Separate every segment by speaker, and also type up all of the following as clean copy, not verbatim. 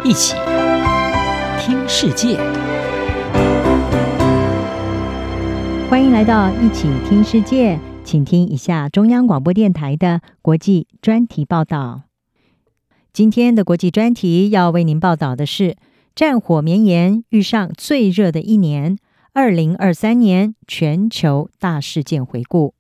Speaker 1: 一起听世界。
Speaker 2: 欢迎来到一起听世界，请听一下中央广播电台的国际专题报道。今天的国际专题要为您报道的是战火绵延，遇上最热的一年，2023年全球大事件回顾。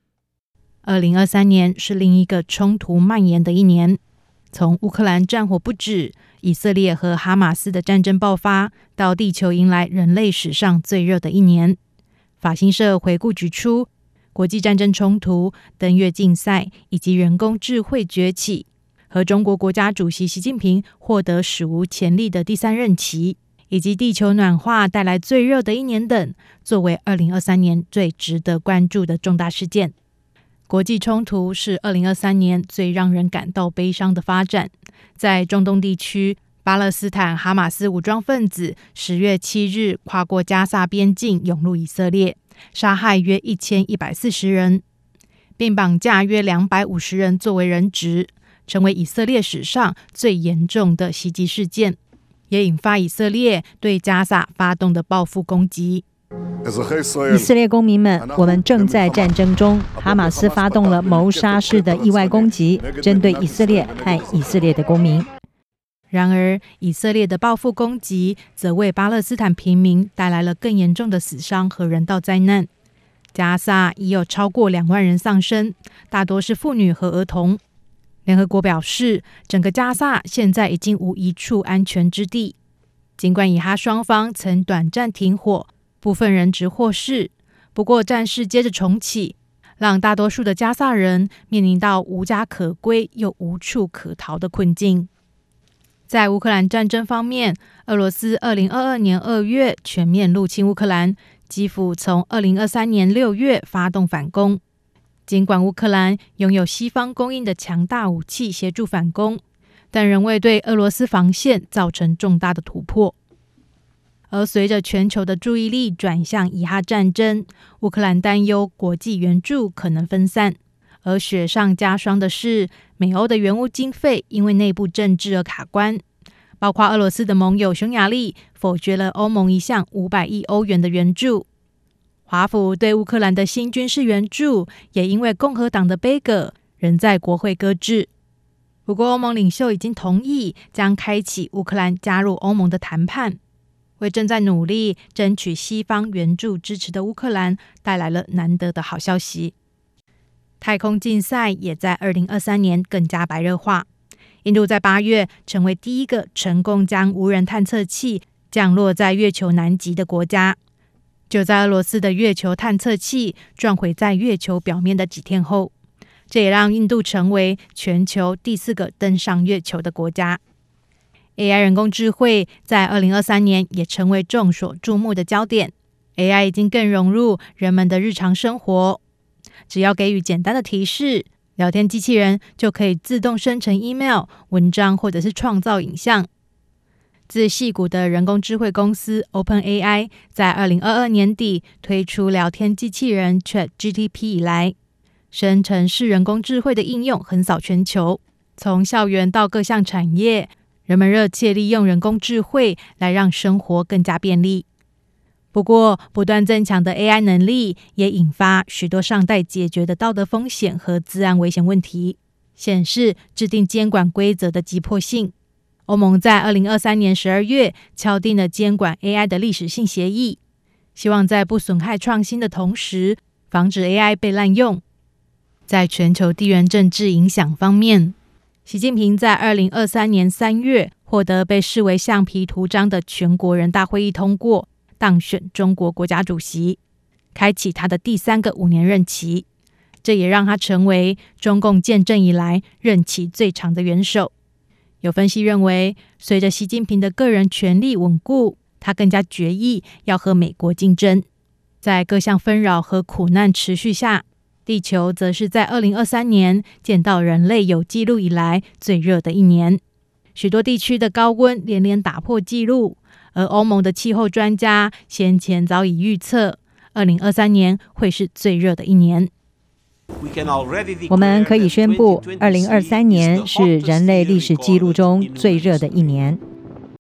Speaker 3: 2023年是另一个冲突蔓延的一年，从乌克兰战火不止，以色列和哈马斯的战争爆发，到地球迎来人类史上最热的一年。法新社回顾指出，国际战争冲突、登月竞赛以及人工智慧崛起，和中国国家主席习近平获得史无前例的第3任期，以及地球暖化带来最热的一年等，作为2023年最值得关注的重大事件。国际冲突是2023年最让人感到悲伤的发展。在中东地区，巴勒斯坦哈马斯武装分子10月7日跨过加萨边境涌入以色列，杀害约1140人，并绑架约250人作为人质，成为以色列史上最严重的袭击事件，也引发以色列对加萨发动的报复攻击。
Speaker 2: 以色列公民们，我们正在战争中，哈马斯发动了谋杀式的意外攻击，针对以色列和以色列的公民。
Speaker 3: 然而，以色列的报复攻击则为巴勒斯坦平民带来了更严重的死伤和人道灾难。加萨已有超过2万人丧生，大多是妇女和儿童。联合国表示，整个加萨现在已经无一处安全之地。尽管以哈双方曾短暂停火，部分人质获释，不过战事接着重启，让大多数的加萨人面临到无家可归又无处可逃的困境。在乌克兰战争方面，俄罗斯2022年2月全面入侵乌克兰，基辅从2023年6月发动反攻。尽管乌克兰拥有西方供应的强大武器协助反攻，但仍未对俄罗斯防线造成重大的突破。而随着全球的注意力转向以哈战争，乌克兰担忧国际援助可能分散。而雪上加霜的是，美欧的援乌经费因为内部政治而卡关，包括俄罗斯的盟友匈牙利否决了欧盟一项500亿欧元的援助。华府对乌克兰的新军事援助也因为共和党的杯葛，仍在国会搁置。不过，欧盟领袖已经同意将开启乌克兰加入欧盟的谈判，为正在努力争取西方援助支持的乌克兰带来了难得的好消息。太空竞赛也在2023年更加白热化。印度在8月成为第一个成功将无人探测器降落在月球南极的国家。就在俄罗斯的月球探测器撞毁在月球表面的几天后，这也让印度成为全球第4个登上月球的国家。AI 人工智慧在2023年也成为众所注目的焦点。AI 已经更融入人们的日常生活，只要给予简单的提示，聊天机器人就可以自动生成 email、文章或者是创造影像。自矽谷的人工智慧公司 OpenAI 在2022年底推出聊天机器人 ChatGPT 以来，生成式人工智慧的应用横扫全球，从校园到各项产业，人们热切利用人工智慧来让生活更加便利。不过，不断增强的 AI 能力也引发许多尚待解决的道德风险和资安危险问题，显示制定监管规则的急迫性。欧盟在2023年12月敲定了监管 AI 的历史性协议，希望在不损害创新的同时，防止 AI 被滥用。在全球地缘政治影响方面，习近平在2023年3月获得被视为橡皮图章的全国人大会议通过，当选中国国家主席，开启他的第3个5年任期。这也让他成为中共建政以来任期最长的元首。有分析认为，随着习近平的个人权力稳固，他更加决意要和美国竞争。在各项纷扰和苦难持续下，地球则是在2023年见到人类有记录以来最热的一年。许多地区的高温连连打破纪录，而欧盟的气候专家先前早已预测2023年会是最热的一年。
Speaker 2: 我们可以宣布，2023年是人类历史记录中最热的一年。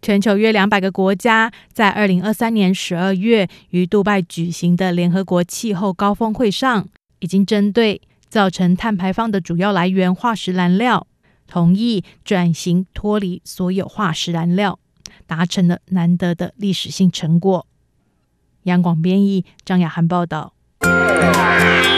Speaker 3: 全球约200个国家在2023年12月于杜拜举行的联合国气候高峰会上，已经针对造成碳排放的主要来源化石燃料，同意转型脱离所有化石燃料，达成了难得的历史性成果。央广编译张雅涵报道。